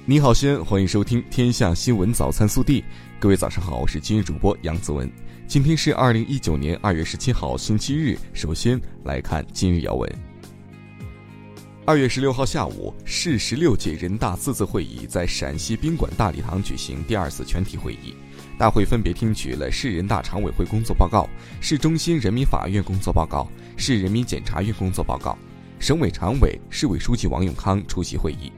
你好，西安，欢迎收听《天下新闻早餐速递》。各位早上好，我是今日主播杨子文。今天是2019年2月17号，星期日。首先来看今日要闻。2月16号下午，市16届人大4次会议在陕西宾馆大礼堂举行第2次全体会议。大会分别听取了市人大常委会工作报告、市中心人民法院工作报告、市人民检察院工作报告。省委常委、市委书记王永康出席会议。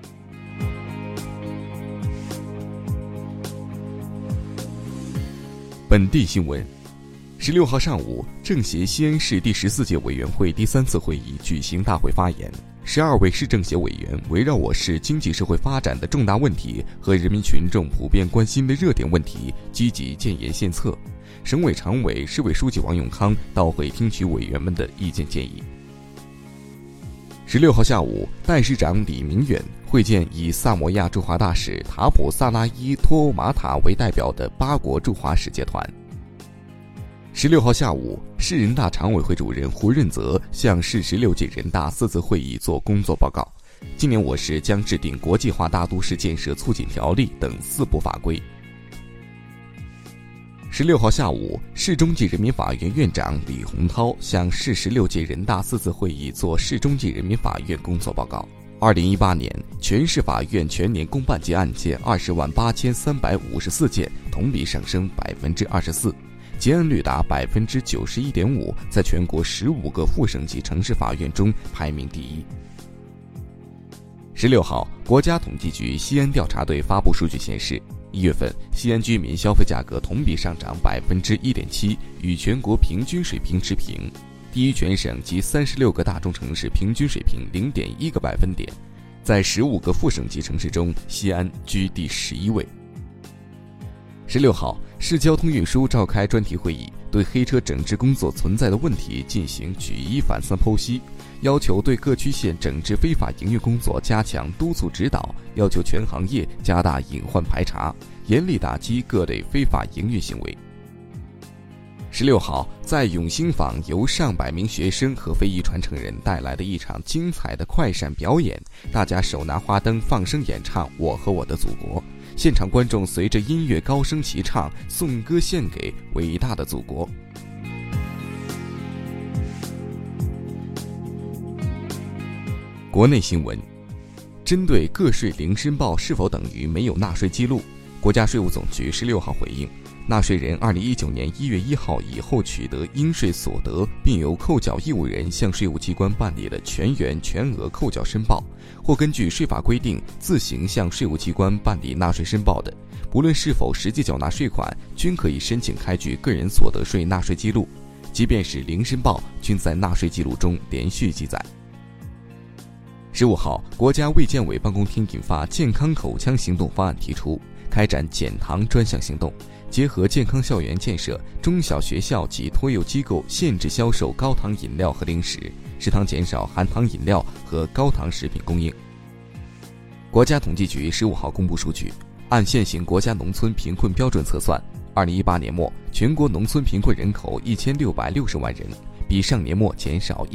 本地新闻：16号上午，政协西安市第14届委员会第3次会议举行大会发言。12位市政协委员围绕我市经济社会发展的重大问题和人民群众普遍关心的热点问题，积极建言献策。省委常委、市委书记王永康到会听取委员们的意见建议。16号下午，代市长李明远会见以萨摩亚驻华大使塔普萨拉伊托欧马塔为代表的8国驻华使节团。16号下午，市人大常委会主任胡润泽向市16届人大4次会议作工作报告。今年我市将制定国际化大都市建设促进条例等4部法规。16号下午，市中级人民法院院长李洪涛向市16届人大4次会议作市中级人民法院工作报告。2018年，全市法院全年公办结案件20万8354件，同比上升24%，结案率达91.5%，在全国15个副省级城市法院中排名第一。16号，国家统计局西安调查队发布数据显示，1月份西安居民消费价格同比上涨1.7%，与全国平均水平持平，低于全省及36个大中城市平均水平0.1个百分点。在15个副省级城市中，西安居第11位。16号，市交通运输召开专题会议，对黑车整治工作存在的问题进行举一反三剖析，要求对各区县整治非法营运工作加强督促指导，要求全行业加大隐患排查，严厉打击各类非法营运行为。16号，在永兴坊由上百名学生和非遗传承人带来的一场精彩的快闪表演，大家手拿花灯放声演唱《我和我的祖国》，现场观众随着音乐高声齐唱，颂歌献给伟大的祖国。国内新闻：针对个税零申报是否等于没有纳税记录，国家税务总局16号回应，纳税人2019年1月1号以后取得应税所得，并由扣缴义务人向税务机关办理了全员全额扣缴申报，或根据税法规定自行向税务机关办理纳税申报的，不论是否实际缴纳税款，均可以申请开具个人所得税纳税记录，即便是零申报，均在纳税记录中连续记载。15号，国家卫健委办公厅印发健康口腔行动方案，提出开展减糖专项行动，结合健康校园建设，中小学校及托幼机构限制销售高糖饮料和零食，食堂减少含糖饮料和高糖食品供应。国家统计局15号公布数据，按现行国家农村贫困标准测算，2018年末全国农村贫困人口1660万人，比上年末减少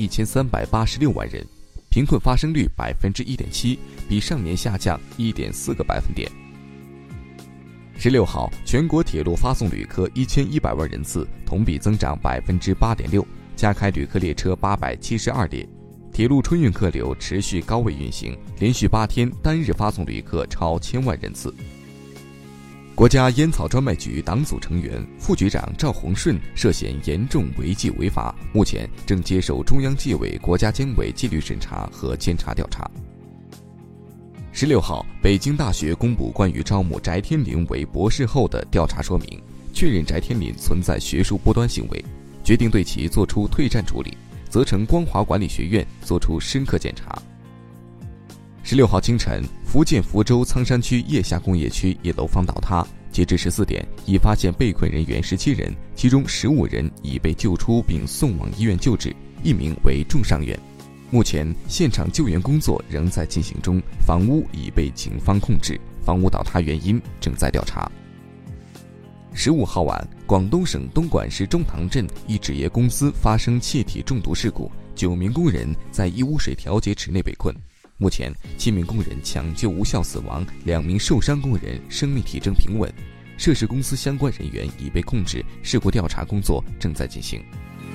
1386万人，贫困发生率1.7%，比上年下降1.4个百分点。16号，全国铁路发送旅客1100万人次，同比增长8.6%，加开旅客列车872列。铁路春运客流持续高位运行，连续8天单日发送旅客超1000万人次。国家烟草专卖局党组成员、副局长赵洪顺涉嫌严重违纪违法，目前正接受中央纪委国家监委纪律审查和监察调查。16号，北京大学公布关于招募翟天临为博士后的调查说明，确认翟天临存在学术剥端行为，决定对其作出退站处理，责成光华管理学院作出深刻检查。16号清晨，福建福州苍山区叶下工业区一楼房倒塌，截至14点，已发现被困人员17人，其中15人已被救出并送往医院救治，1名为重伤员。目前现场救援工作仍在进行中，房屋已被警方控制，房屋倒塌原因正在调查。15号晚，广东省东莞市中塘镇一纸业公司发生气体中毒事故，9名工人在一污水调节池内被困。 目前7名工人抢救无效死亡，2名受伤工人生命体征平稳，涉事公司相关人员已被控制，事故调查工作正在进行。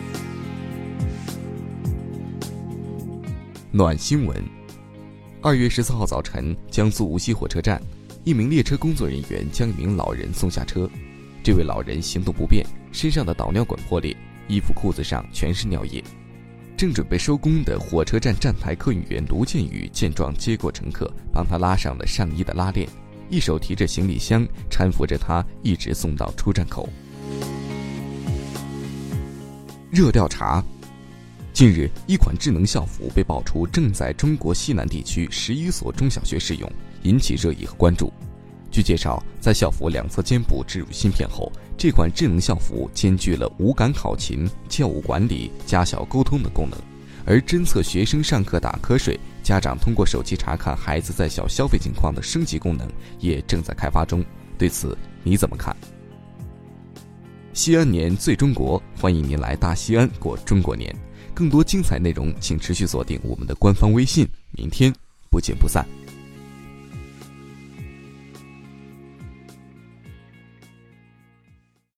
暖新闻：2月14号早晨，江苏无锡火车站，一名列车工作人员将一名老人送下车。这位老人行动不便，身上的导尿管破裂，衣服裤子上全是尿液。正准备收工的火车站站台客运员卢建宇见状接过乘客，帮他拉上了上衣的拉链，一手提着行李箱，搀扶着他一直送到出站口。热调查：近日，一款智能校服被爆出正在中国西南地区11所中小学试用，引起热议和关注。据介绍，在校服两侧肩部植入芯片后，这款智能校服兼具了无感考勤、教务管理、家校沟通的功能，而侦测学生上课打瞌睡、家长通过手机查看孩子在校消费情况的升级功能也正在开发中。对此你怎么看？西安年最中国，欢迎您来大西安过中国年。更多精彩内容请持续锁定我们的官方微信，明天不见不散。